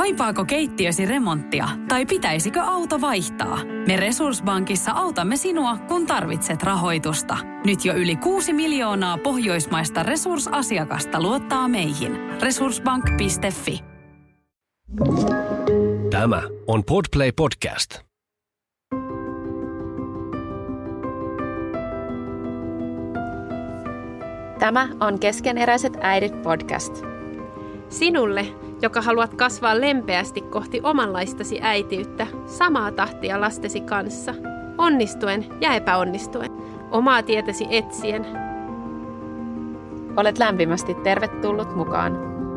Kaipaako keittiösi remonttia tai pitäisikö auto vaihtaa? Me Resurssbankissa autamme sinua, kun tarvitset rahoitusta. Nyt jo yli 6 miljoonaa pohjoismaista resursasiakasta luottaa meihin. Resurssbank.fi. Tämä on Podplay Podcast. Tämä on Keskeneräiset äidit podcast. Sinulle, joka haluat kasvaa lempeästi kohti omanlaistasi äitiyttä, samaa tahtia lastesi kanssa, onnistuen ja epäonnistuen, omaa tietäsi etsien. Olet lämpimästi tervetullut mukaan.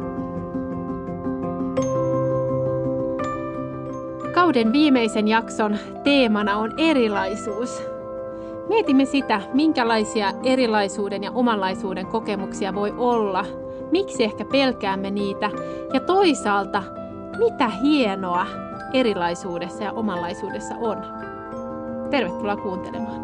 Kauden viimeisen jakson teemana on erilaisuus. Mietimme sitä, minkälaisia erilaisuuden ja omanlaisuuden kokemuksia voi olla, miksi ehkä pelkäämme niitä ja toisaalta, mitä hienoa erilaisuudessa ja omanlaisuudessa on. Tervetuloa kuuntelemaan.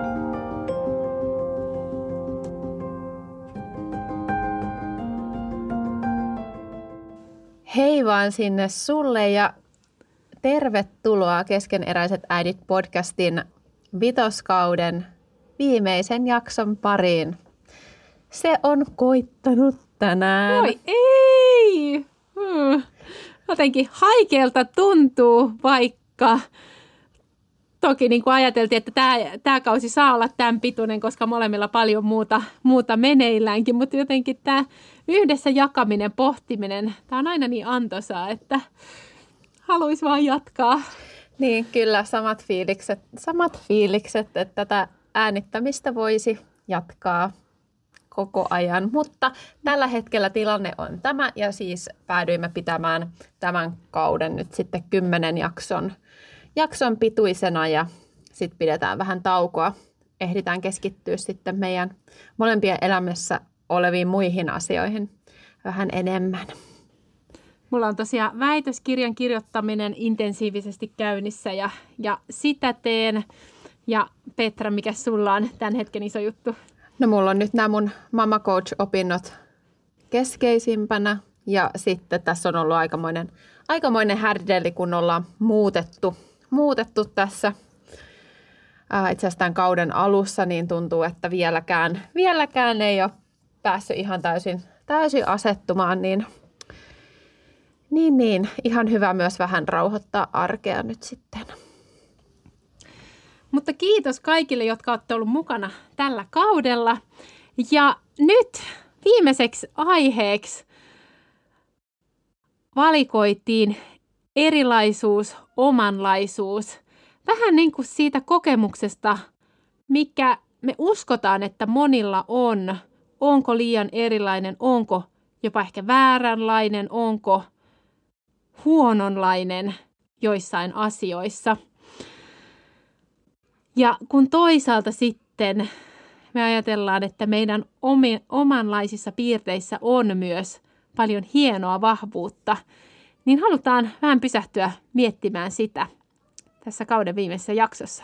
Hei vaan sinne sulle ja tervetuloa Keskeneräiset äidit podcastin vitoskauden viimeisen jakson pariin. Se on koittanut tänään. Oi ei! Jotenkin haikealta tuntuu, vaikka toki niin kuin ajateltiin, että tämä kausi saa olla tämän pituinen, koska molemmilla paljon muuta meneilläänkin. Mutta jotenkin tämä yhdessä jakaminen, pohtiminen, tämä on aina niin antoisaa, että haluaisi vaan jatkaa. Niin, kyllä samat fiilikset, että tätä äänittämistä voisi jatkaa koko ajan. Mutta tällä hetkellä tilanne on tämä ja siis päädyimme pitämään tämän kauden nyt sitten 10 jakson pituisena ja sitten pidetään vähän taukoa. Ehditään keskittyä sitten meidän molempien elämässä oleviin muihin asioihin vähän enemmän. Mulla on tosiaan väitöskirjan kirjoittaminen intensiivisesti käynnissä ja sitä teen. Ja Petra, mikä sulla on tämän hetken iso juttu? No mulla on nyt nämä mun Mama Coach-opinnot keskeisimpänä ja sitten tässä on ollut aikamoinen härdelli, kun ollaan muutettu tässä itse asiassa tämän kauden alussa, niin tuntuu, että vieläkään ei ole päässyt ihan täysin asettumaan, niin ihan hyvä myös vähän rauhoittaa arkea nyt sitten. Mutta kiitos kaikille, jotka olette olleet mukana tällä kaudella. Ja nyt viimeiseksi aiheeksi valikoitiin erilaisuus, omanlaisuus. Vähän niin kuin siitä kokemuksesta, mikä me uskotaan, että monilla on. Onko liian erilainen, onko jopa ehkä vääränlainen, onko huononlainen joissain asioissa. Ja kun toisaalta sitten me ajatellaan, että meidän omanlaisissa piirteissä on myös paljon hienoa vahvuutta, niin halutaan vähän pysähtyä miettimään sitä tässä kauden viimeisessä jaksossa.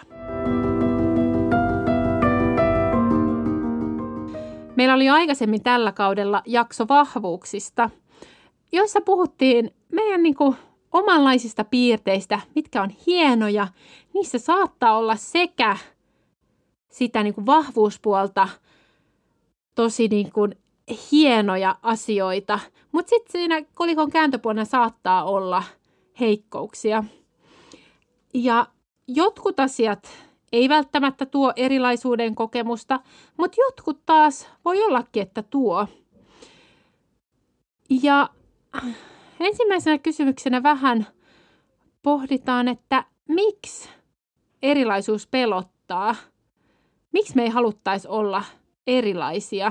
Meillä oli jo aikaisemmin tällä kaudella jakso vahvuuksista, joissa puhuttiin meidän omanlaisista piirteistä, mitkä on hienoja. Niissä saattaa olla sekä sitä vahvuuspuolta, tosi hienoja asioita, mutta sitten siinä kolikon kääntöpuolella saattaa olla heikkouksia. Ja jotkut asiat ei välttämättä tuo erilaisuuden kokemusta, mutta jotkut taas voi ollakin, että tuo. Ja ensimmäisenä kysymyksenä vähän pohditaan, että miksi erilaisuus pelottaa? Miksi me ei haluttaisi olla erilaisia?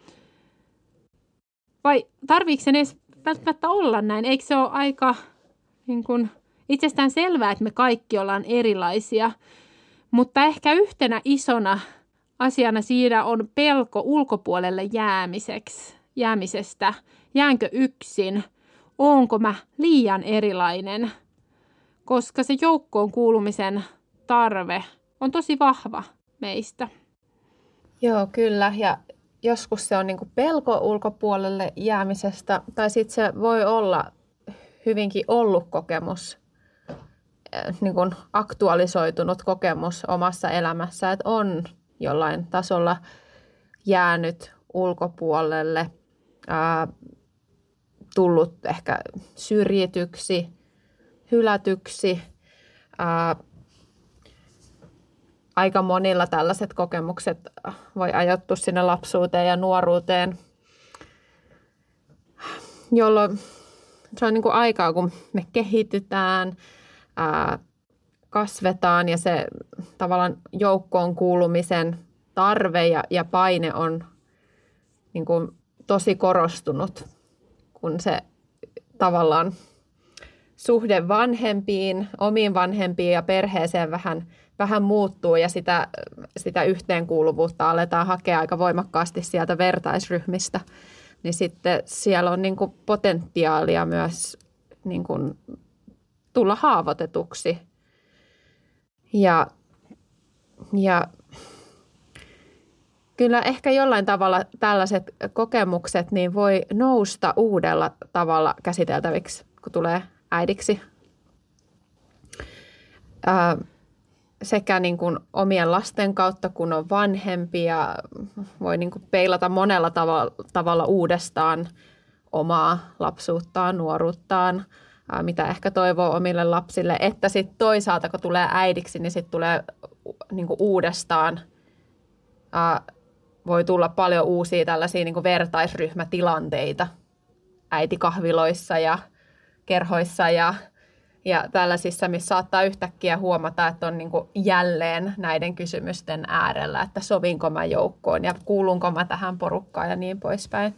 Vai tarviiko sen edes välttämättä olla näin? Eikö se ole aika itsestään selvää, että me kaikki ollaan erilaisia? Mutta ehkä yhtenä isona asiana siinä on pelko ulkopuolelle jäämisestä. Jäänkö yksin? Onko mä liian erilainen? Koska se joukkoon kuulumisen tarve on tosi vahva meistä. Joo, kyllä. Ja joskus se on pelko ulkopuolelle jäämisestä, tai sitten se voi olla hyvinkin ollut kokemus, niin kuin aktualisoitunut kokemus omassa elämässä, että on jollain tasolla jäänyt ulkopuolelle, tullut ehkä syrjityksi, hylätyksi. Aika monilla tällaiset kokemukset voi ajoittua sinne lapsuuteen ja nuoruuteen, jolloin se on niin kuin aikaa, kun me kehitytään, kasvetaan ja se tavallaan joukkoon kuulumisen tarve ja paine on niin kuin tosi korostunut, kun se tavallaan suhde vanhempiin, omiin vanhempiin ja perheeseen vähän muuttuu ja sitä yhteenkuuluvuutta aletaan hakea aika voimakkaasti sieltä vertaisryhmistä, niin sitten siellä on niin kuin potentiaalia myös niin kuin tulla haavoitetuksi. Ja kyllä ehkä jollain tavalla tällaiset kokemukset niin voi nousta uudella tavalla käsiteltäviksi, kun tulee äidiksi. Sekä niin kuin omien lasten kautta, kun on vanhempi ja voi niin kuin peilata monella tavalla uudestaan omaa lapsuuttaan, nuoruuttaan, mitä ehkä toivoo omille lapsille. Että sitten toisaalta, kun tulee äidiksi, niin sitten tulee niin kuin uudestaan, voi tulla paljon uusia tällaisia niin kuin vertaisryhmätilanteita äitikahviloissa ja kerhoissa ja tällaisissa, missä saattaa yhtäkkiä huomata, että on niin kuin jälleen näiden kysymysten äärellä, että sovinko mä joukkoon ja kuulunko mä tähän porukkaan ja niin poispäin.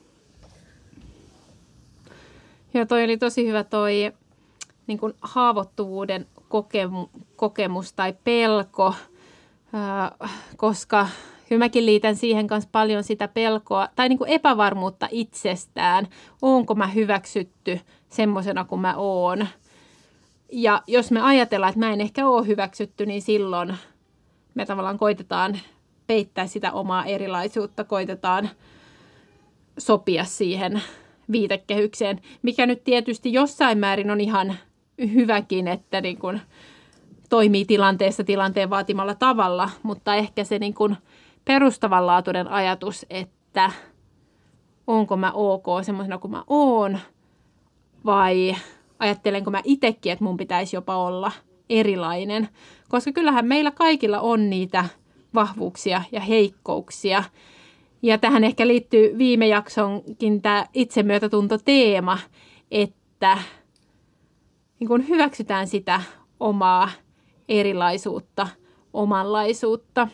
Ja toi oli tosi hyvä toi niin kuin haavoittuvuuden kokemus tai pelko, koska mäkin liitän siihen kanssa paljon sitä pelkoa tai niin kuin epävarmuutta itsestään. Oonko mä hyväksytty semmoisena kuin mä oon? Ja jos me ajatellaan, että mä en ehkä ole hyväksytty, niin silloin me tavallaan koitetaan peittää sitä omaa erilaisuutta, koitetaan sopia siihen viitekehykseen, mikä nyt tietysti jossain määrin on ihan hyväkin, että niin kuin toimii tilanteessa tilanteen vaatimalla tavalla, mutta ehkä se niin kuin perustavanlaatuinen ajatus, että onko mä ok semmoisena kuin mä oon vai ajattelenko mä itsekin, että mun pitäisi jopa olla erilainen, koska kyllähän meillä kaikilla on niitä vahvuuksia ja heikkouksia. Ja tähän ehkä liittyy viime jaksonkin tämä itsemyötätuntoteema, että niin kun hyväksytään sitä omaa erilaisuutta, omanlaisuutta.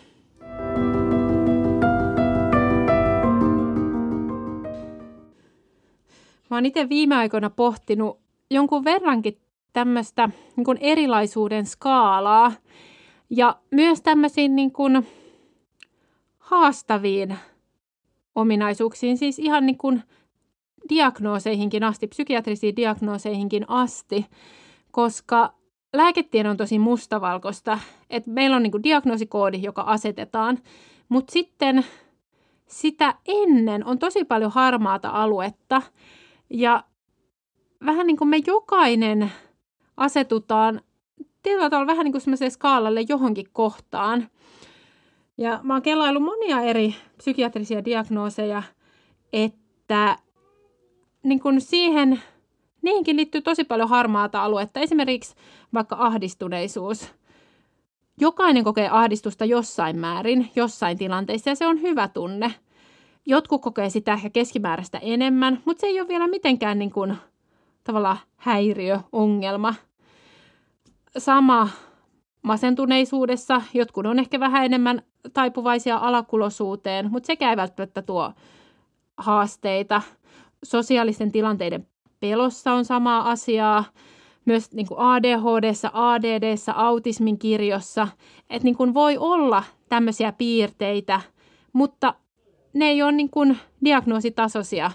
Mä oon itse viime aikoina pohtinut jonkun verrankin tämmöistä niin kuin erilaisuuden skaalaa ja myös tämmöisiin niin kuin haastaviin ominaisuuksiin, siis ihan niin kuin diagnooseihinkin asti, psykiatrisiin diagnooseihinkin asti, koska lääketiede on tosi mustavalkoista, että meillä on niin kuin diagnoosikoodi, joka asetetaan, mutta sitten sitä ennen on tosi paljon harmaata aluetta ja vähän niin kuin me jokainen asetutaan tietyllä tavalla vähän niin kuin semmoiselle skaalalle johonkin kohtaan. Ja mä oon kelaillut monia eri psykiatrisia diagnooseja, että niin kuin niihinkin liittyy tosi paljon harmaata aluetta. Esimerkiksi vaikka ahdistuneisuus. Jokainen kokee ahdistusta jossain määrin, jossain tilanteissa ja se on hyvä tunne. Jotkut kokee sitä ehkä keskimääräistä enemmän, mutta se ei ole vielä mitenkään niin kuin tavallaan häiriö, ongelma. Sama masentuneisuudessa. Jotkut on ehkä vähän enemmän taipuvaisia alakuloisuuteen, mutta sekä ei välttämättä tuo haasteita. Sosiaalisten tilanteiden pelossa on samaa asiaa. Myös niin kuin ADHD:ssä, ADD:ssä, autismin kirjossa. Että niin kuin voi olla tämmöisiä piirteitä, mutta ne ei ole niin kuin diagnoositasoisia.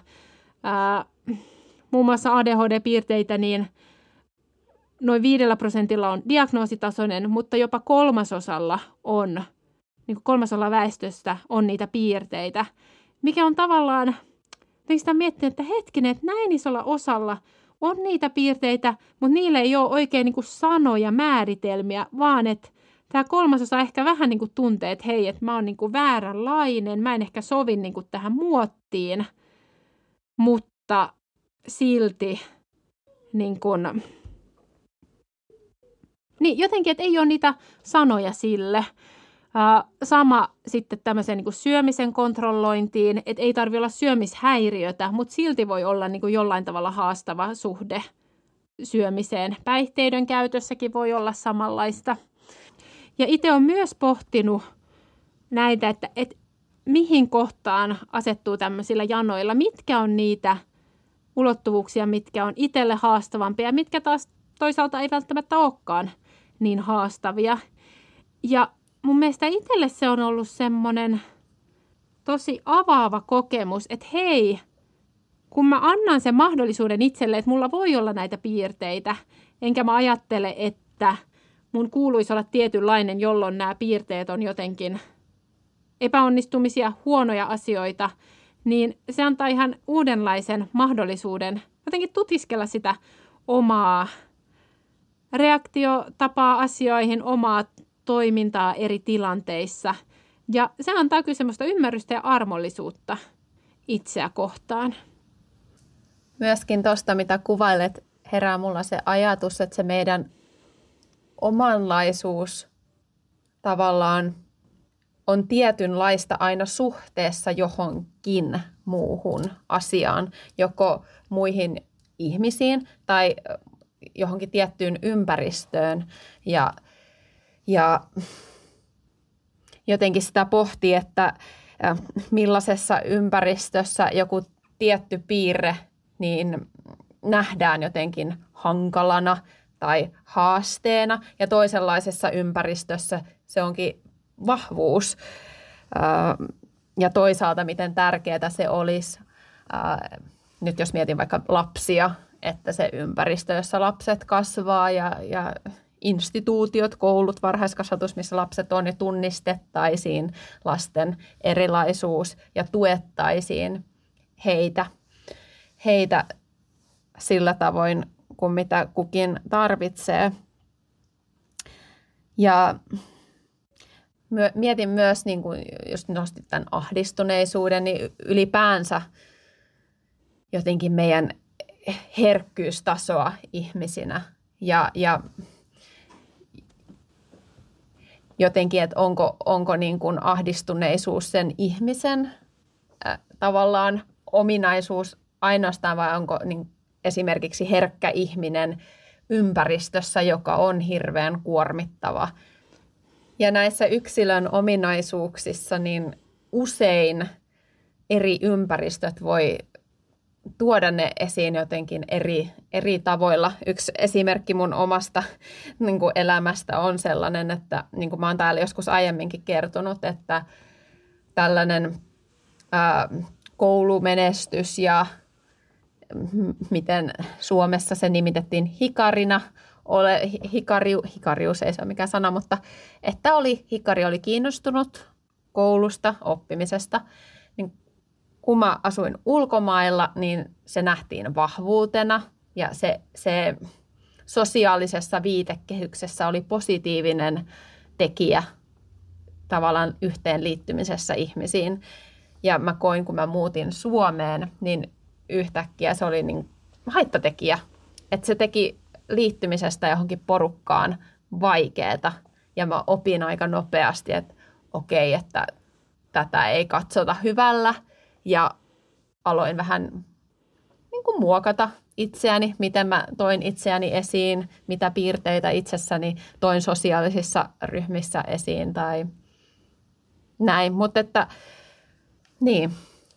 Muun muassa ADHD-piirteitä, niin noin 5% on diagnoositasoinen, mutta jopa kolmasosalla väestöstä on niitä piirteitä, mikä on tavallaan, sitä miettiä, että hetkinen, että näin isolla osalla on niitä piirteitä, mutta niillä ei ole oikein niin kuin sanoja, määritelmiä, vaan että tämä 3/3 ehkä vähän niin kuin tuntee, että hei, että mä oon niin kuin vääränlainen, mä en ehkä sovi niin kuin tähän muottiin, mutta silti niin kuin, niin jotenkin, että ei ole niitä sanoja sille. Sama sitten tämmöiseen niin kuin syömisen kontrollointiin, että ei tarvitse olla syömishäiriötä, mutta silti voi olla niin kuin jollain tavalla haastava suhde syömiseen. Päihteiden käytössäkin voi olla samanlaista. Ja itse olen myös pohtinut näitä, että mihin kohtaan asettuu tämmöisillä janoilla, mitkä on niitä ulottuvuuksia, mitkä on itselle haastavampia ja mitkä taas toisaalta ei välttämättä olekaan niin haastavia. Ja mun mielestä itselle se on ollut semmoinen tosi avaava kokemus, että hei, kun mä annan sen mahdollisuuden itselle, että mulla voi olla näitä piirteitä, enkä mä ajattele, että mun kuuluisi olla tietynlainen, jolloin nämä piirteet on jotenkin epäonnistumisia, huonoja asioita, niin se antaa ihan uudenlaisen mahdollisuuden jotenkin tutiskella sitä omaa reaktiotapaa asioihin, omaa toimintaa eri tilanteissa. Ja se antaa kyllä semmoista ymmärrystä ja armollisuutta itseä kohtaan. Myöskin tuosta, mitä kuvailet, herää mulla se ajatus, että se meidän omanlaisuus tavallaan on tietynlaista aina suhteessa johonkin muuhun asiaan, joko muihin ihmisiin tai johonkin tiettyyn ympäristöön. Ja jotenkin sitä pohtii, että millaisessa ympäristössä joku tietty piirre niin nähdään jotenkin hankalana tai haasteena ja toisenlaisessa ympäristössä se onkin vahvuus. Ja toisaalta miten tärkeää se olisi, nyt jos mietin vaikka lapsia, että se ympäristö, jossa lapset kasvaa ja instituutiot, koulut, varhaiskasvatus, missä lapset on, niin tunnistettaisiin lasten erilaisuus ja tuettaisiin heitä sillä tavoin, kuin mitä kukin tarvitsee. Ja mietin myös, niin kuin just nostit tämän ahdistuneisuuden, niin ylipäänsä jotenkin meidän herkkyystasoa ihmisinä ja jotenkin, että onko niin kuin ahdistuneisuus sen ihmisen tavallaan ominaisuus ainoastaan vai onko niin esimerkiksi herkkä ihminen ympäristössä, joka on hirveän kuormittava. Ja näissä yksilön ominaisuuksissa niin usein eri ympäristöt voi tuoda ne esiin jotenkin eri tavoilla. Yksi esimerkki mun omasta niin kuin elämästä on sellainen, että niin kuin mä oon täällä joskus aiemminkin kertonut, että tällainen koulumenestys ja miten Suomessa se nimitettiin hikarina, hikarius ei se ole mikään sana, mutta että hikari oli kiinnostunut koulusta, oppimisesta, niin kun mä asuin ulkomailla, niin se nähtiin vahvuutena ja se sosiaalisessa viitekehyksessä oli positiivinen tekijä tavallaan yhteenliittymisessä ihmisiin. Ja mä koin, kun mä muutin Suomeen, niin yhtäkkiä se oli niin haittatekijä, että se teki liittymisestä johonkin porukkaan vaikeaa. Ja mä opin aika nopeasti, että okei, että tätä ei katsota hyvällä. Ja aloin vähän niin kuin muokata itseäni, miten mä toin itseäni esiin, mitä piirteitä itsessäni toin sosiaalisissa ryhmissä esiin tai näin. Mutta että niin.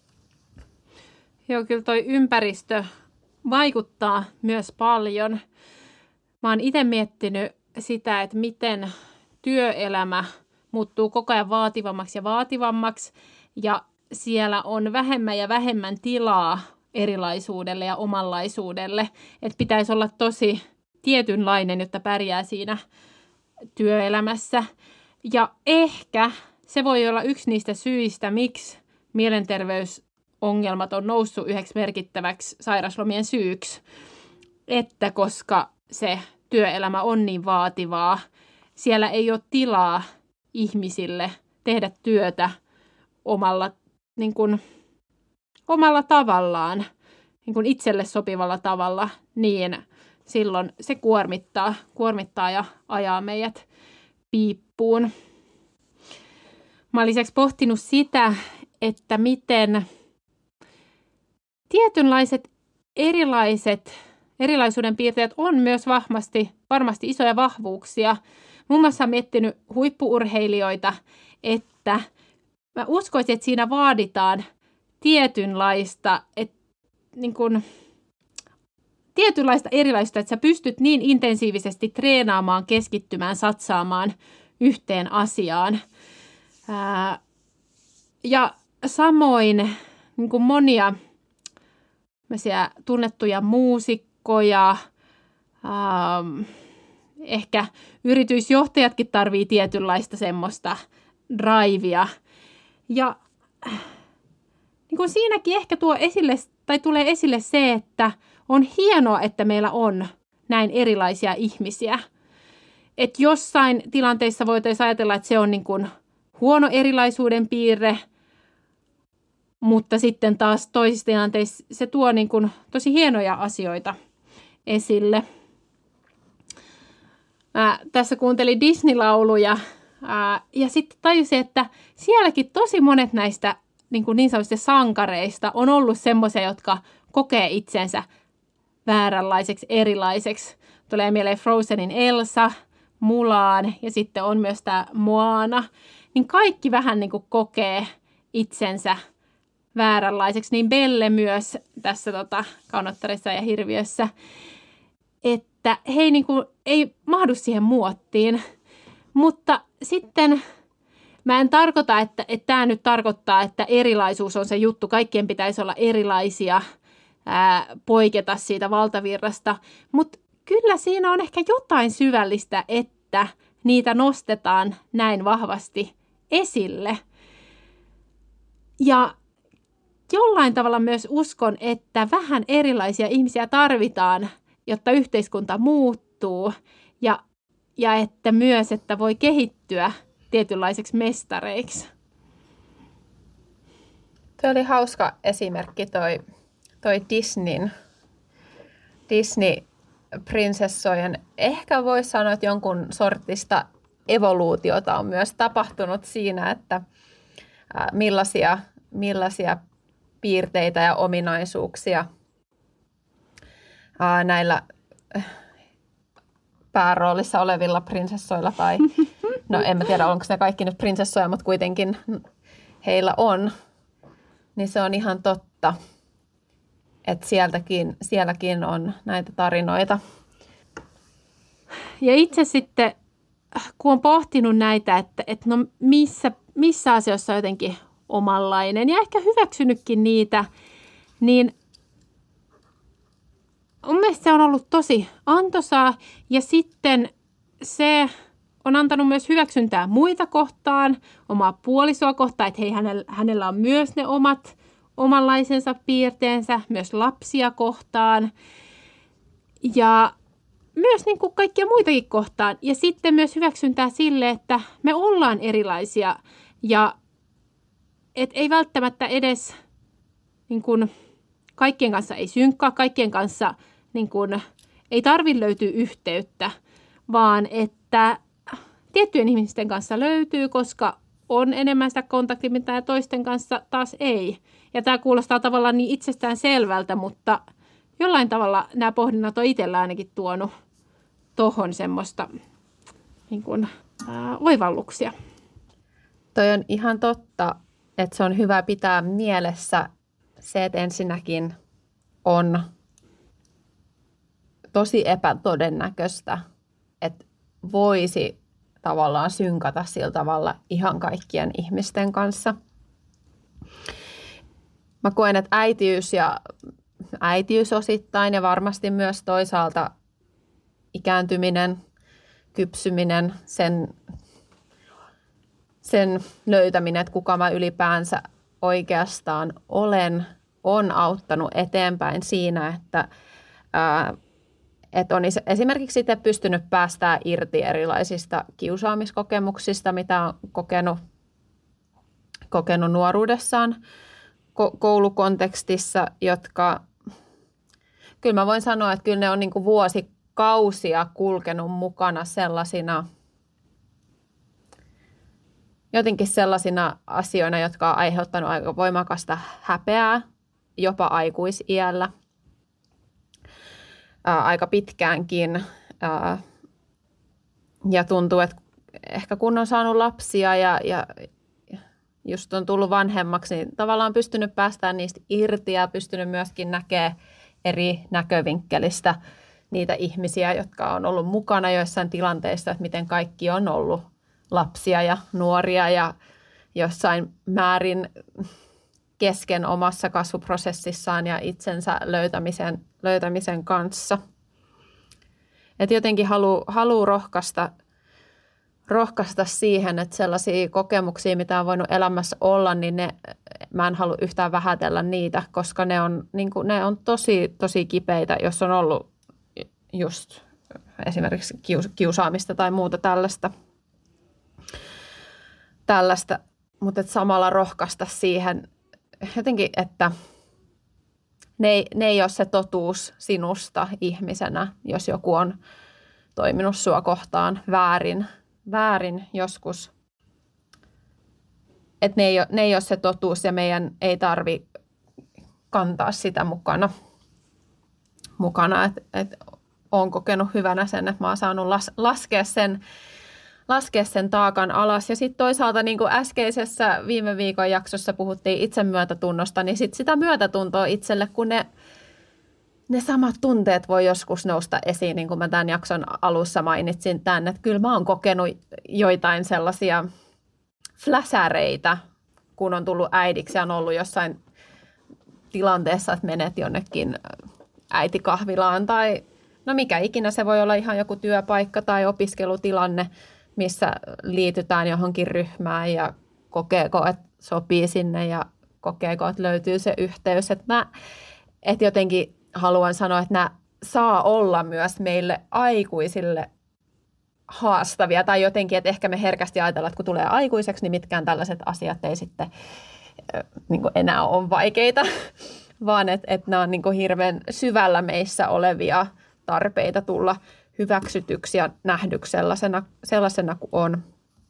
Joo, kyllä toi ympäristö vaikuttaa myös paljon. Mä oon itse miettinyt sitä, että miten työelämä muuttuu koko ajan vaativammaksi ja vaativammaksi. Ja siellä on vähemmän ja vähemmän tilaa erilaisuudelle ja omanlaisuudelle. Että pitäisi olla tosi tietynlainen, jotta pärjää siinä työelämässä. Ja ehkä se voi olla yksi niistä syistä, miksi mielenterveysongelmat on noussut yhdeksi merkittäväksi sairaslomien syyksi. että koska se työelämä on niin vaativaa, siellä ei ole tilaa ihmisille tehdä työtä omalla tavallaan, niin kuin itselle sopivalla tavalla, niin silloin se kuormittaa ja ajaa meidät piippuun. Mä olen lisäksi pohtinut sitä, että miten tietynlaiset erilaisuuden piirteet on myös varmasti isoja vahvuuksia. Muun muassa olen miettinyt huippu-urheilijoita, että mä uskoisin, että siinä vaaditaan tietynlaista erilaisuutta, että sä pystyt niin intensiivisesti treenaamaan, keskittymään, satsaamaan yhteen asiaan. Ja samoin niin kuin monia tunnettuja muusikkoja, ehkä yritysjohtajatkin tarvii tietynlaista semmoista drivea. Ja niin kuin siinäkin ehkä tulee esille se, että on hienoa, että meillä on näin erilaisia ihmisiä. Että jossain tilanteissa voitaisiin ajatella, että se on niin kuin huono erilaisuuden piirre, mutta sitten taas toisissa tilanteissa se tuo niin kuin tosi hienoja asioita esille. Tässä kuuntelin Disney-lauluja ja sitten tajusin, että sielläkin tosi monet näistä niin sanotusti sankareista on ollut semmoisia, jotka kokee itsensä vääränlaiseksi, erilaiseksi. Tulee mieleen Frozenin Elsa, Mulan ja sitten on myös tämä Moana. Niin kaikki vähän niin kuin kokee itsensä vääränlaiseksi, niin Belle myös tässä Kaunottaressa ja Hirviössä, että he ei mahdu siihen muottiin. Mutta sitten mä en tarkoita, että tämä nyt tarkoittaa, että erilaisuus on se juttu. Kaikkien pitäisi olla erilaisia, poiketa siitä valtavirrasta, mutta kyllä siinä on ehkä jotain syvällistä, että niitä nostetaan näin vahvasti esille. Ja jollain tavalla myös uskon, että vähän erilaisia ihmisiä tarvitaan, jotta yhteiskunta muuttuu ja että myös, että voi kehittyä tietynlaiseksi mestareiksi. Tuo oli hauska esimerkki toi Disney-prinsessojen. Ehkä voisi sanoa, että jonkun sortista evoluutiota on myös tapahtunut siinä, että millaisia piirteitä ja ominaisuuksia näillä pääroolissa olevilla prinsessoilla tai no en mä tiedä, onko ne kaikki nyt prinsessoja, mutta kuitenkin heillä on, niin se on ihan totta, että sielläkin on näitä tarinoita. Ja itse sitten, kun on pohtinut näitä, että no missä asioissa on jotenkin omanlainen ja ehkä hyväksynytkin niitä, niin mun mielestä se on ollut tosi antoisaa ja sitten se on antanut myös hyväksyntää muita kohtaan, omaa puolisoa kohtaan, että hei, hänellä on myös ne omanlaisensa piirteensä, myös lapsia kohtaan ja myös niin kuin kaikkia muitakin kohtaan. Ja sitten myös hyväksyntää sille, että me ollaan erilaisia ja et ei välttämättä edes niin kuin, kaikkien kanssa ei synkkaa, kaikkien kanssa niin kuin, ei tarvitse löytyä yhteyttä, vaan että tiettyjen ihmisten kanssa löytyy, koska on enemmän sitä kontaktipintaa ja toisten kanssa taas ei. Ja tämä kuulostaa tavallaan niin itsestään selvältä, mutta jollain tavalla nämä pohdinnat on itsellä ainakin tuonut tohon semmoista niin kuin, oivalluksia. Toi on ihan totta, että se on hyvä pitää mielessä se, että ensinnäkin on tosi epätodennäköistä, että voisi tavallaan synkata sillä tavalla ihan kaikkien ihmisten kanssa. Mä koen, että äitiys osittain ja varmasti myös toisaalta ikääntyminen, kypsyminen, sen löytäminen, että kuka mä ylipäänsä oikeastaan olen, on auttanut eteenpäin siinä, että Että on esimerkiksi itse pystynyt päästään irti erilaisista kiusaamiskokemuksista, mitä on kokenut nuoruudessaan koulukontekstissa, jotka kyllä mä voin sanoa, että kyllä ne on niin kuin vuosikausia kulkenut mukana jotenkin sellaisina asioina, jotka on aiheuttanut aika voimakasta häpeää jopa aikuisiällä. Aika pitkäänkin. Ja tuntuu, että ehkä kun on saanut lapsia ja just on tullut vanhemmaksi, niin tavallaan on pystynyt päästään niistä irti ja pystynyt myöskin näkemään eri näkövinkkelistä niitä ihmisiä, jotka on ollut mukana joissain tilanteissa, että miten kaikki on ollut lapsia ja nuoria ja jossain määrin kesken omassa kasvuprosessissaan ja itsensä löytämisen kanssa. Et jotenkin haluaa rohkaista siihen, että sellaisia kokemuksia, mitä on voinut elämässä olla, niin mä en halua yhtään vähätellä niitä, koska ne on tosi kipeitä, jos on ollut just esimerkiksi kiusaamista tai muuta tällaista. Mutta samalla rohkaista siihen jotenkin, että ne ei ole se totuus sinusta ihmisenä, jos joku on toiminut sua kohtaan väärin joskus. Että ne ei ole se totuus ja meidän ei tarvi kantaa sitä mukana. Että olen kokenut hyvänä sen, että mä oon saanut laskea sen taakan alas. Ja sitten toisaalta niin kuin äskeisessä viime viikon jaksossa puhuttiin itsemyötätunnosta, niin sit sitä myötätuntoa itselle, kun ne samat tunteet voi joskus nousta esiin, niin kuin mä tämän jakson alussa mainitsin tämän, että kyllä mä oon kokenut joitain sellaisia fläsäreitä, kun on tullut äidiksi ja on ollut jossain tilanteessa, että menet jonnekin äitikahvilaan tai no mikä ikinä, se voi olla ihan joku työpaikka tai opiskelutilanne, missä liitytään johonkin ryhmään ja kokeeko, että sopii sinne ja kokeeko, että löytyy se yhteys. Että jotenkin haluan sanoa, että nämä saa olla myös meille aikuisille haastavia tai jotenkin, että ehkä me herkästi ajatellaan, että kun tulee aikuiseksi, niin mitkään tällaiset asiat ei sitten niin kuin enää ole vaikeita, vaan että nämä on niin kuin hirveän syvällä meissä olevia tarpeita tulla hyväksytyksi ja nähdyksi sellaisena kuin on.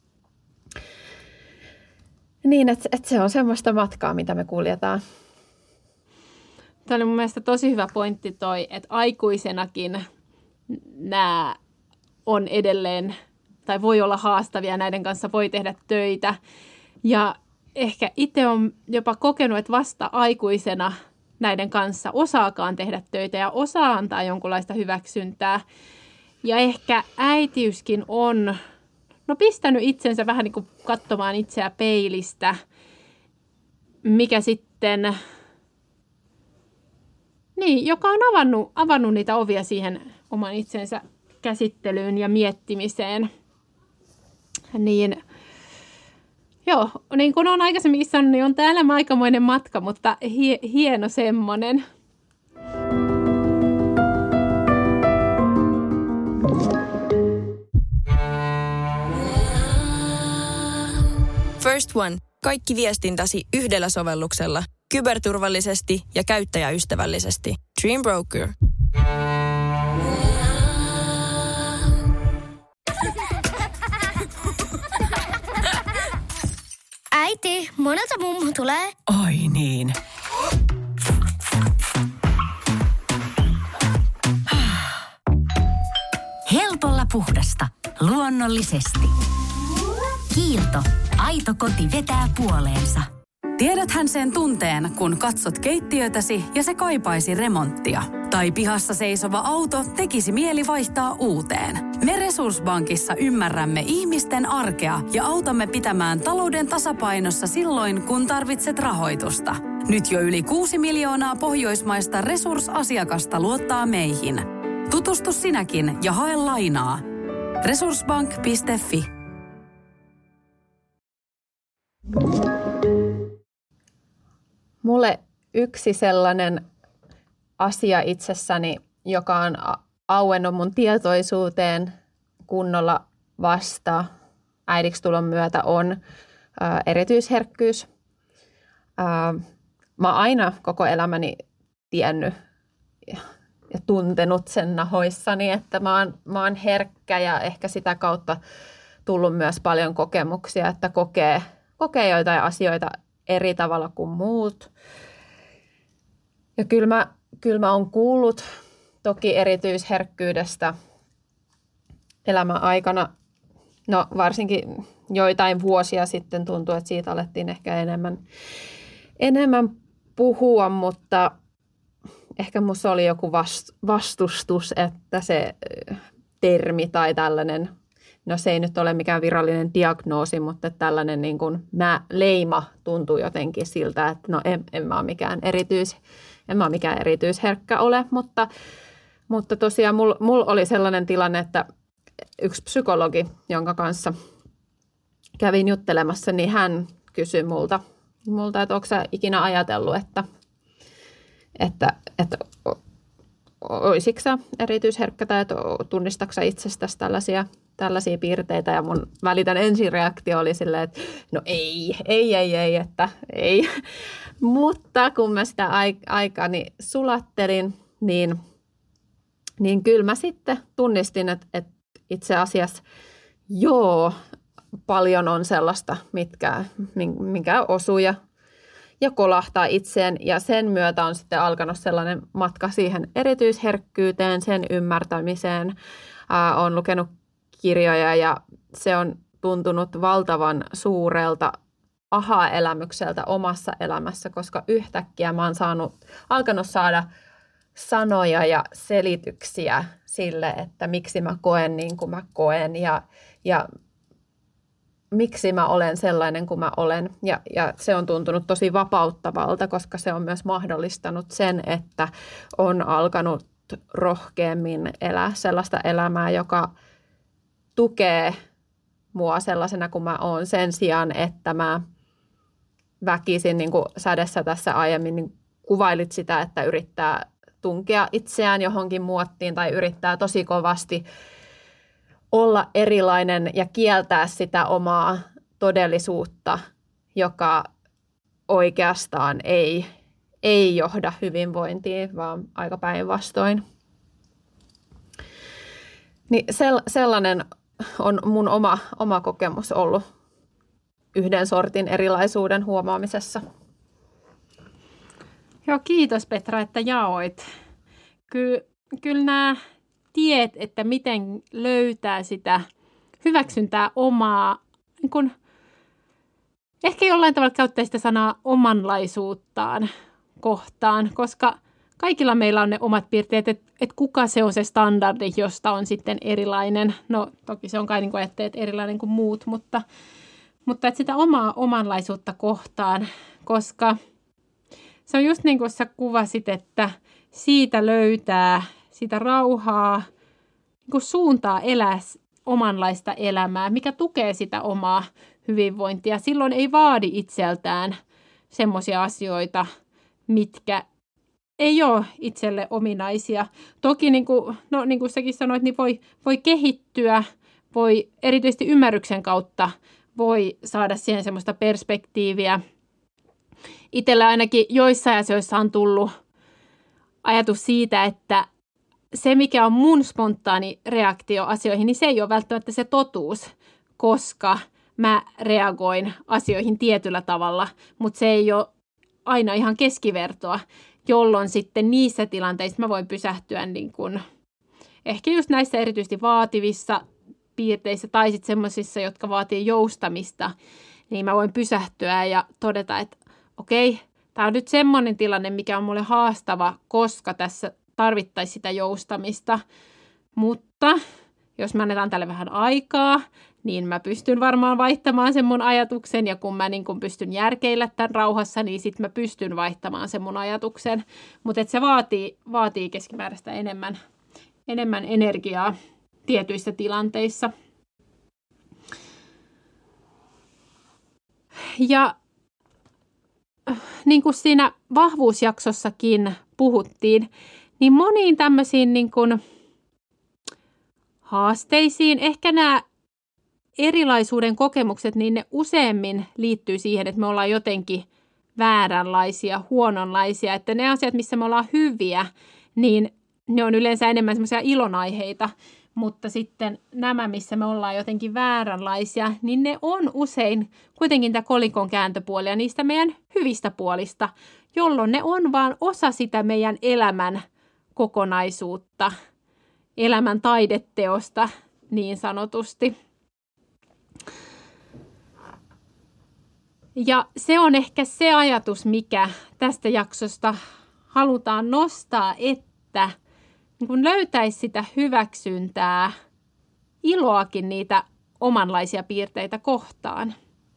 Niin, että se on semmoista matkaa, mitä me kuljetaan. Tämä oli mun mielestä tosi hyvä pointti toi, että aikuisenakin nämä on edelleen, tai voi olla haastavia, näiden kanssa voi tehdä töitä. Ja ehkä itse on jopa kokenut, että vasta aikuisena näiden kanssa osaakaan tehdä töitä ja osaa antaa jonkunlaista hyväksyntää. Ja ehkä äitiyskin on pistänyt itsensä vähän niin kuin katsomaan itseä peilistä, mikä sitten, joka on avannut niitä ovia siihen oman itsensä käsittelyyn ja miettimiseen. Niin, joo, niin kuin olen aikaisemmin sanonut, niin on täällä aikamoinen matka, mutta hieno semmoinen. First One. Kaikki viestintäsi yhdellä sovelluksella. Kyberturvallisesti ja käyttäjäystävällisesti. Dream Broker. Äiti, monelta mummu tulee? Oi niin. Helpolla puhdasta. Luonnollisesti. Kiilto. Aito koti vetää puoleensa. Tiedäthän sen tunteen, kun katsot keittiötäsi ja se kaipaisi remonttia. Tai pihassa seisova auto tekisi mieli vaihtaa uuteen. Me Resurssbankissa ymmärrämme ihmisten arkea ja autamme pitämään talouden tasapainossa silloin, kun tarvitset rahoitusta. Nyt jo yli 6 miljoonaa pohjoismaista resursasiakasta luottaa meihin. Tutustu sinäkin ja hae lainaa. Resurssbank.fi. Mulle yksi sellainen asia itsessäni, joka on auennut mun tietoisuuteen kunnolla vasta äidiksi tulon myötä on erityisherkkyys. Mä oon aina koko elämäni tiennyt ja tuntenut sen nahoissani, että mä oon herkkä ja ehkä sitä kautta tullut myös paljon kokemuksia, että kokee joitain asioita eri tavalla kuin muut. Ja kyllä mä oon kuullut toki erityisherkkyydestä elämän aikana. No varsinkin joitain vuosia sitten tuntuu, että siitä alettiin ehkä enemmän puhua, mutta ehkä musta oli joku vastustus, että se termi tai tällainen, no se ei nyt ole mikään virallinen diagnoosi, mutta tällainen niin kuin leima tuntuu jotenkin siltä, että no en mä ole mikään erityisherkkä ole, mutta tosiaan mulla oli sellainen tilanne, että yksi psykologi, jonka kanssa kävin juttelemassa, niin hän kysyi multa, että onko sä ikinä ajatellut, että olisitko sä erityisherkkä tai tunnistatko sä itsestäsi tällaisia piirteitä, ja mun välitön ensireaktio oli silleen, että no ei, että ei. Mutta kun mä sitä aikani sulattelin, niin kyllä mä sitten tunnistin, että itse asiassa joo, paljon on sellaista, minkä osuu ja kolahtaa itseen. Ja sen myötä on sitten alkanut sellainen matka siihen erityisherkkyyteen, sen ymmärtämiseen. Olen lukenut kirjoja ja se on tuntunut valtavan suurelta aha-elämykseltä omassa elämässä, koska yhtäkkiä mä oon alkanut saada sanoja ja selityksiä sille, että miksi mä koen niin kuin mä koen ja miksi mä olen sellainen kuin mä olen. Ja se on tuntunut tosi vapauttavalta, koska se on myös mahdollistanut sen, että on alkanut rohkeammin elää sellaista elämää, joka tukee mua sellaisena kuin mä oon, sen sijaan, että mä väkisin, niin kuin Sädessä tässä aiemmin niin kuvailit sitä, että yrittää tunkea itseään johonkin muottiin tai yrittää tosi kovasti olla erilainen ja kieltää sitä omaa todellisuutta, joka oikeastaan ei johda hyvinvointiin, vaan aika päinvastoin. Niin sellainen on mun oma kokemus ollut yhden sortin erilaisuuden huomaamisessa. Joo, kiitos Petra, että jaoit. Kyllä nämä tiet, että miten löytää sitä hyväksyntää omaa, niin kun, ehkä jollain tavalla käyttää sitä sanaa omanlaisuuttaan kohtaan, koska kaikilla meillä on ne omat piirteet, että kuka se on se standardi, josta on sitten erilainen. No toki se on kai niin kuin ajatteet erilainen kuin muut, mutta että sitä omaa omanlaisuutta kohtaan, koska se on just niin kuin sä kuvasit, että siitä löytää sitä rauhaa, niin kuin suuntaa elää omanlaista elämää, mikä tukee sitä omaa hyvinvointia. Silloin ei vaadi itseltään semmoisia asioita, mitkä ei ole itselle ominaisia. Toki niin kuin säkin sanoit, niin voi kehittyä, voi erityisesti ymmärryksen kautta voi saada siihen semmoista perspektiiviä. Itsellä ainakin joissain asioissa on tullut ajatus siitä, että se, mikä on mun spontaani reaktio asioihin, niin se ei ole välttämättä se totuus, koska mä reagoin asioihin tietyllä tavalla, mutta se ei ole aina ihan keskivertoa, jolloin sitten niissä tilanteissa mä voin pysähtyä niin kuin, ehkä just näissä erityisesti vaativissa piirteissä tai sitten semmoisissa, jotka vaatii joustamista, niin mä voin pysähtyä ja todeta, että okei, tämä on nyt semmoinen tilanne, mikä on mulle haastava, koska tässä tarvittaisiin sitä joustamista, mutta jos mä annetaan tälle vähän aikaa, niin mä pystyn varmaan vaihtamaan sen mun ajatuksen, ja kun mä niin kun pystyn järkeillä tämän rauhassa, niin sit mä pystyn vaihtamaan sen mun ajatuksen, mutta se vaatii keskimääräistä enemmän energiaa tietyissä tilanteissa. Ja niin kuin siinä vahvuusjaksossakin puhuttiin, niin moniin tämmöisiin niin kuin haasteisiin. Ehkä nämä erilaisuuden kokemukset, niin ne useammin liittyy siihen, että me ollaan jotenkin vääränlaisia, huononlaisia. Että ne asiat, missä me ollaan hyviä, niin ne on yleensä enemmän semmoisia ilonaiheita. Mutta sitten nämä, missä me ollaan jotenkin vääränlaisia, niin ne on usein kuitenkin tämä kolikon kääntöpuolia niistä meidän hyvistä puolista, jolloin ne on vaan osa sitä meidän elämän kokonaisuutta, elämän taideteosta niin sanotusti. Ja se on ehkä se ajatus, mikä tästä jaksosta halutaan nostaa, että kun löytäisi sitä hyväksyntää, iloakin niitä omanlaisia piirteitä kohtaan.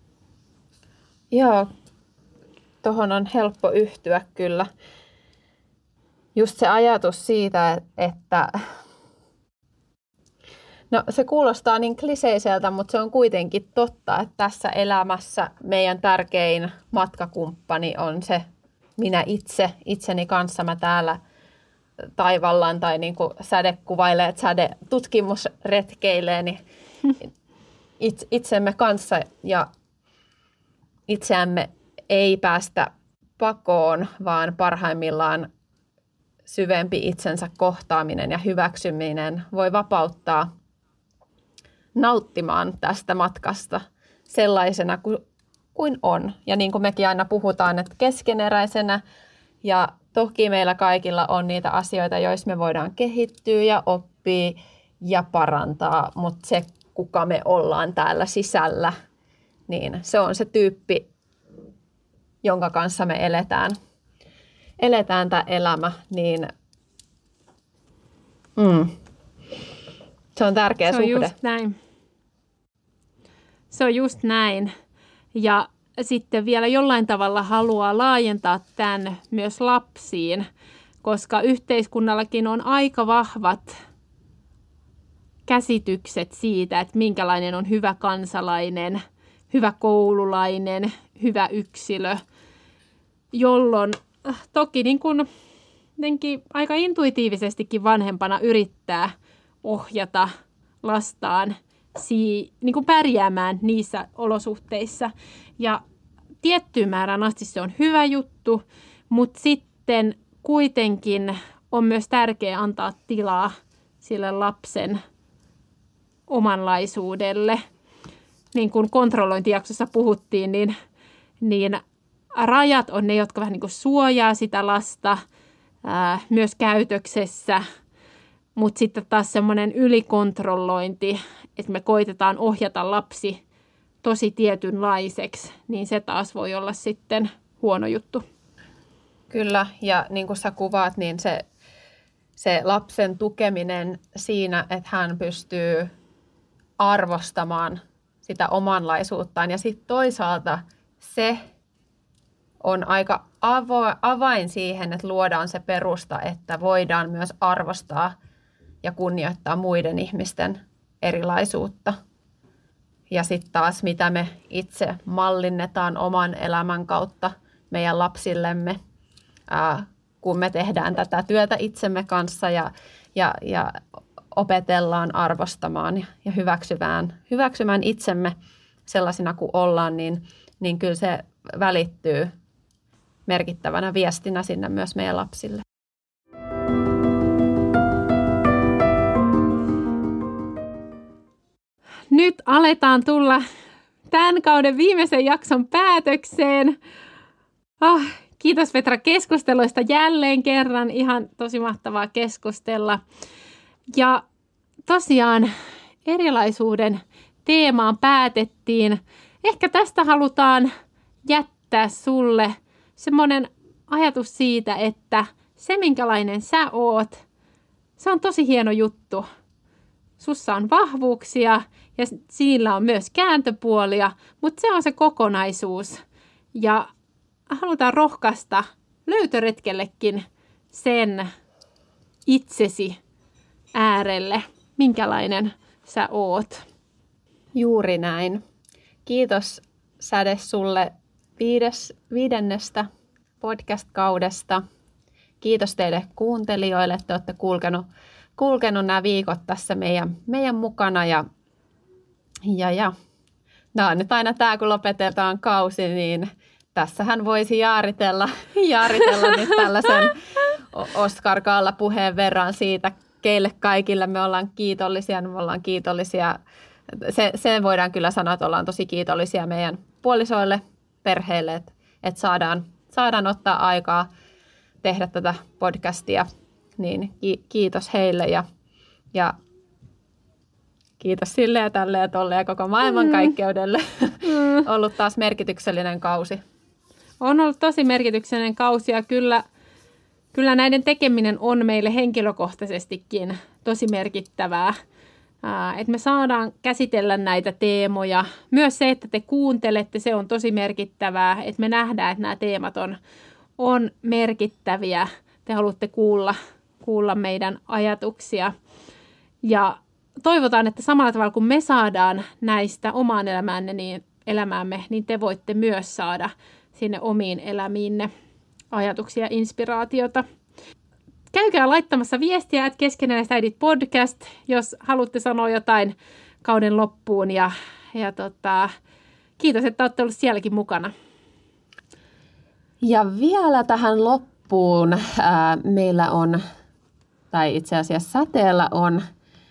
Joo, tohon on helppo yhtyä kyllä. Just se ajatus siitä, että no se kuulostaa niin kliseiseltä, mutta se on kuitenkin totta, että tässä elämässä meidän tärkein matkakumppani on se minä itse, itseni kanssa mä täällä taivallaan tai niin kuin säde kuvailee, että säde tutkimusretkeilee niin itsemme kanssa ja itseämme ei päästä pakoon, vaan parhaimmillaan syvempi itsensä kohtaaminen ja hyväksyminen voi vapauttaa nauttimaan tästä matkasta sellaisena kuin on. Ja niin kuin mekin aina puhutaan, että keskeneräisenä ja toki meillä kaikilla on niitä asioita, joissa me voidaan kehittyä ja oppia ja parantaa, mutta se, kuka me ollaan täällä sisällä, niin se on se tyyppi, jonka kanssa me eletään tämä elämä, niin se on tärkeä suhde. Just näin. Se on just näin. Ja sitten vielä jollain tavalla haluaa laajentaa tämän myös lapsiin, koska yhteiskunnallakin on aika vahvat käsitykset siitä, että minkälainen on hyvä kansalainen, hyvä koululainen, hyvä yksilö, jolloin toki niin kuin aika intuitiivisestikin vanhempana yrittää ohjata lastaan niin kuin pärjäämään niissä olosuhteissa. Ja tiettyyn määrään asti se on hyvä juttu, mutta sitten kuitenkin on myös tärkeää antaa tilaa sille lapsen omanlaisuudelle. Niin kuin kontrollointijaksossa puhuttiin, niin rajat on ne, jotka vähän niin kuin suojaa sitä lasta myös käytöksessä, mutta sitten taas semmoinen ylikontrollointi, että me koitetaan ohjata lapsi tosi tietynlaiseksi, niin se taas voi olla sitten huono juttu. Kyllä, ja niin kuin sä kuvaat, niin se lapsen tukeminen siinä, että hän pystyy arvostamaan sitä omanlaisuuttaan. Ja sitten toisaalta se on aika avain siihen, että luodaan se perusta, että voidaan myös arvostaa ja kunnioittaa muiden ihmisten erilaisuutta. Ja sitten taas, mitä me itse mallinnetaan oman elämän kautta meidän lapsillemme, kun me tehdään tätä työtä itsemme kanssa ja opetellaan arvostamaan ja hyväksymään itsemme sellaisina kuin ollaan, niin kyllä se välittyy merkittävänä viestinä sinne myös meidän lapsille. Nyt aletaan tulla tämän kauden viimeisen jakson päätökseen. Kiitos Petra keskusteluista jälleen kerran. Ihan tosi mahtavaa keskustella. Ja tosiaan erilaisuuden teemaan päätettiin. Ehkä tästä halutaan jättää sulle semmoinen ajatus siitä, että se minkälainen sä oot, se on tosi hieno juttu. Sussa on vahvuuksia ja sillä on myös kääntöpuolia, mutta se on se kokonaisuus. Ja halutaan rohkaista löytöretkellekin sen itsesi äärelle, minkälainen sä oot. Juuri näin. Kiitos Säde sulle 5. podcast-kaudesta. Kiitos teille kuuntelijoille, että olette kulkenut kulkenut nämä viikot tässä meidän mukana ja no nyt aina tämä, kun lopetetaan kausi, niin tässähän voisi jaaritella nyt tällaisen Oscar Galla puheen verran siitä, keille kaikille me ollaan kiitollisia. Se voidaan kyllä sanoa, että ollaan tosi kiitollisia meidän puolisoille, perheelle, että saadaan ottaa aikaa tehdä tätä podcastia. Niin kiitos heille ja kiitos sille ja tälle ja tolle ja koko maailmankaikkeudelle. Ollut taas merkityksellinen kausi. On ollut tosi merkityksellinen kausi ja kyllä näiden tekeminen on meille henkilökohtaisestikin tosi merkittävää. Että me saadaan käsitellä näitä teemoja. Myös se, että te kuuntelette, se on tosi merkittävää. Että me nähdään, että nämä teemat on merkittäviä. Te haluatte kuulla meidän ajatuksia. Ja toivotaan, että samalla tavalla kuin me saadaan näistä omaan elämäämme, niin te voitte myös saada sinne omiin elämiinne ajatuksia ja inspiraatiota. Käykää laittamassa viestiä, että Keskeneräiset äidit podcast, jos haluatte sanoa jotain kauden loppuun. Ja kiitos, että olette olleet sielläkin mukana. Ja vielä tähän loppuun meillä on, tai itse asiassa Säteellä on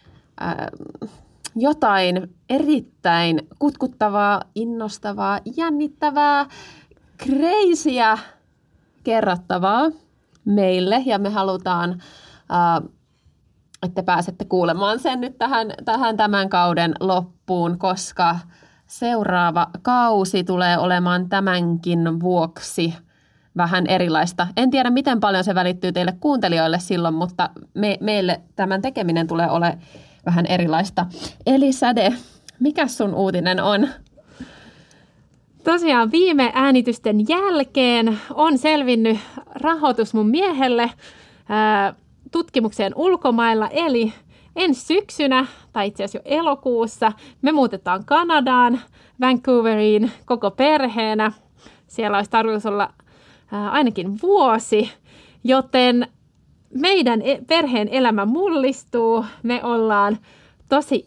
jotain erittäin kutkuttavaa, innostavaa, jännittävää, crazyä kerrottavaa meille. Ja me halutaan, että pääsette kuulemaan sen nyt tähän tämän kauden loppuun, koska seuraava kausi tulee olemaan tämänkin vuoksi vähän erilaista. En tiedä, miten paljon se välittyy teille kuuntelijoille silloin, mutta meille tämän tekeminen tulee olemaan vähän erilaista. Eli Säde, mikä sun uutinen on? Tosiaan viime äänitysten jälkeen on selvinnyt rahoitus mun miehelle tutkimukseen ulkomailla, eli ensi syksynä, tai itse asiassa jo elokuussa, me muutetaan Kanadaan, Vancouveriin koko perheenä. Siellä olisi tarkoitus olla ainakin vuosi, joten meidän perheen elämä mullistuu. Me ollaan tosi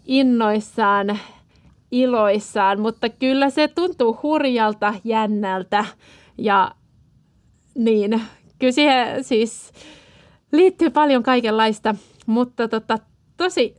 iloissaan, mutta kyllä se tuntuu hurjalta, jännältä ja niin, kyllä siihen siis liittyy paljon kaikenlaista, mutta tosi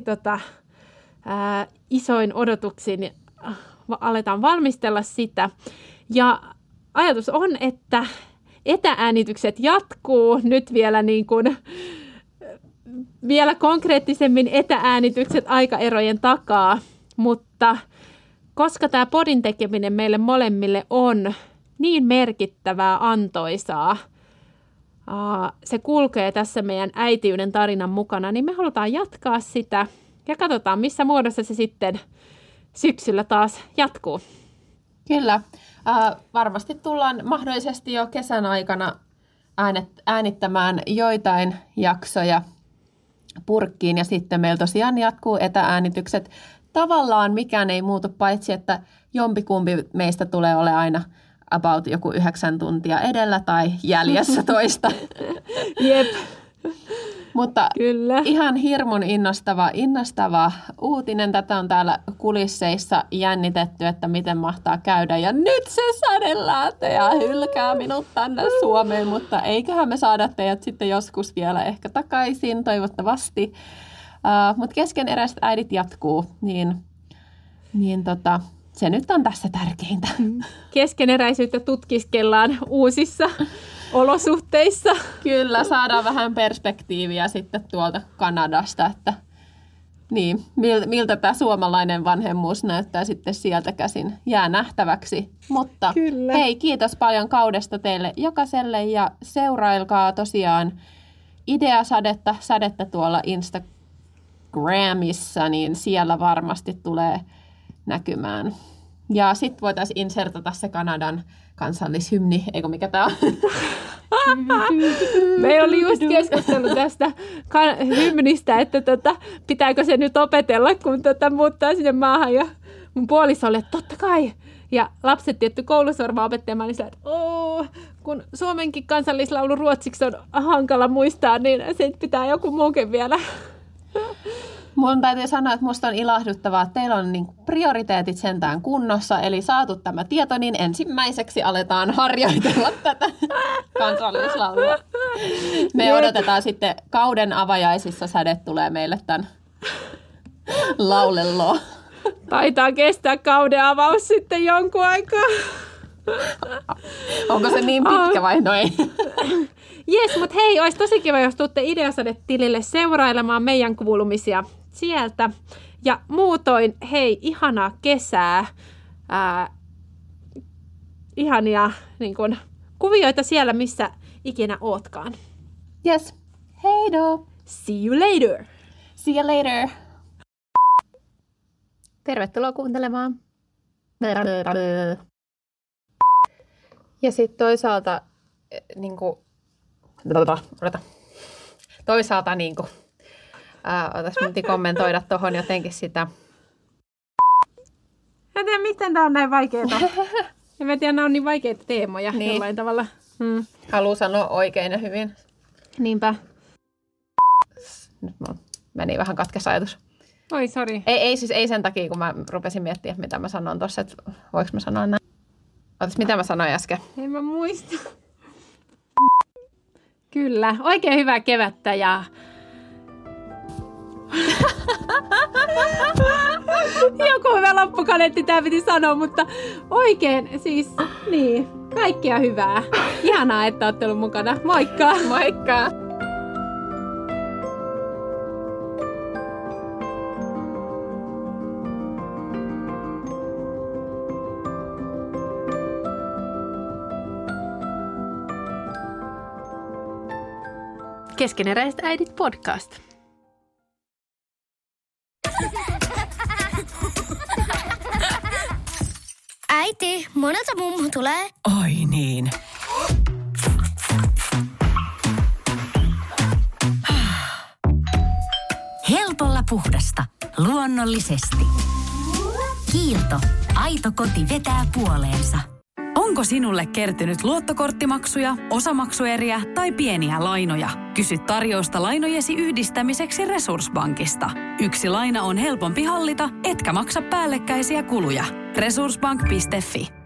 isoin odotuksin aletaan valmistella sitä. Ja ajatus on, että etääänitykset jatkuu nyt vielä niin kuin vielä konkreettisemmin etääänitykset aikaerojen takaa, mutta koska tämä podin tekeminen meille molemmille on niin merkittävää, antoisaa, se kulkee tässä meidän äitiyden tarinan mukana, niin me halutaan jatkaa sitä ja katsotaan, missä muodossa se sitten syksyllä taas jatkuu. Kyllä. Varmasti tullaan mahdollisesti jo kesän aikana äänittämään joitain jaksoja purkkiin ja sitten meillä tosiaan jatkuu etääänitykset. Tavallaan mikään ei muutu, paitsi että jompikumpi meistä tulee ole aina about joku 9 tuntia edellä tai jäljessä toista. Jep. Mutta kyllä. Ihan hirmun innostava uutinen. Tätä on täällä kulisseissa jännitetty, että miten mahtaa käydä. Ja nyt se Säde ja hylkää minut tänne Suomeen, mutta eiköhän me saada teidät sitten joskus vielä ehkä takaisin, toivottavasti. Mutta Keskeneräiset äidit jatkuu, niin se nyt on tässä tärkeintä. Keskeneräisyyttä tutkiskellaan uusissa olosuhteissa. Kyllä, saadaan vähän perspektiiviä sitten tuolta Kanadasta, että niin, miltä tämä suomalainen vanhemmuus näyttää sitten sieltä käsin, jää nähtäväksi. Mutta kyllä. Hei, kiitos paljon kaudesta teille jokaiselle ja seurailkaa tosiaan Ideasadetta tuolla Instagramissa, niin siellä varmasti tulee näkymään. Ja sitten voitaisiin insertata se Kanadan kansallishymni, eikö mikä tämä on? Me oli just keskustelu tästä hymnistä, että pitääkö se nyt opetella, kun muuttaa sinne maahan. Ja mun puoliso oli, että totta kai. Ja lapset tietty koulussa opettamaan, niin että kun suomenkin kansallislaulu ruotsiksi on hankala muistaa, niin se pitää joku muukin vielä Mun täytyy sanoa, että musta on ilahduttavaa, että teillä on niin prioriteetit sentään kunnossa, eli saatu tämä tieto, niin ensimmäiseksi aletaan harjoitella tätä kansallislaulua. Me odotetaan sitten kauden avajaisissa, Säde tulee meille tämän laulelloon. Taitaa kestää kauden avaus sitten jonkun aikaa. Onko se niin pitkä vai no ei? Jes, mutta hei, olisi tosi kiva, jos tuutte Ideasade-tilille seurailemaan meidän kuulumisia sieltä. Ja muutoin, hei, ihanaa kesää. Ihania niin kun, kuvioita siellä, missä ikinä ootkaan. Yes. Heido. See you later. See you later. Tervetuloa kuuntelemaan. Ja sitten toisaalta niinku toisaalta niinku otas minun kommentoida tuohon jotenkin sitä. En tiedä, miten tämä on näin vaikeaa. En mä tiedä, nämä on niin vaikeita teemoja niin. Jollain tavalla. Haluan sanoa oikein ja hyvin. Niinpä. Nyt meni vähän katkes ajatus. Oi, sori. Ei sen takia, kun mä rupesin miettimään, mitä mä sanon tuossa, että voiko mä sanoa näin. Otas, mitä mä sanoin äsken? En mä muista. Kyllä, oikein hyvää kevättä ja... Joku hyvä loppukaneetti tämä piti sanoa, mutta oikein siis, niin, kaikkea hyvää. Ihanaa, että olette ollut mukana. Moikka! Moikka! Keskeneräiset äidit podcast. Äiti, monelta mummu tulee? Oi niin. Helpolla puhdasta. Luonnollisesti. Kiilto. Aito koti vetää puoleensa. Onko sinulle kertynyt luottokorttimaksuja, osamaksueriä tai pieniä lainoja? Kysy tarjousta lainojesi yhdistämiseksi Resurssbankista. Yksi laina on helpompi hallita, etkä maksa päällekkäisiä kuluja. Resurssbank.fi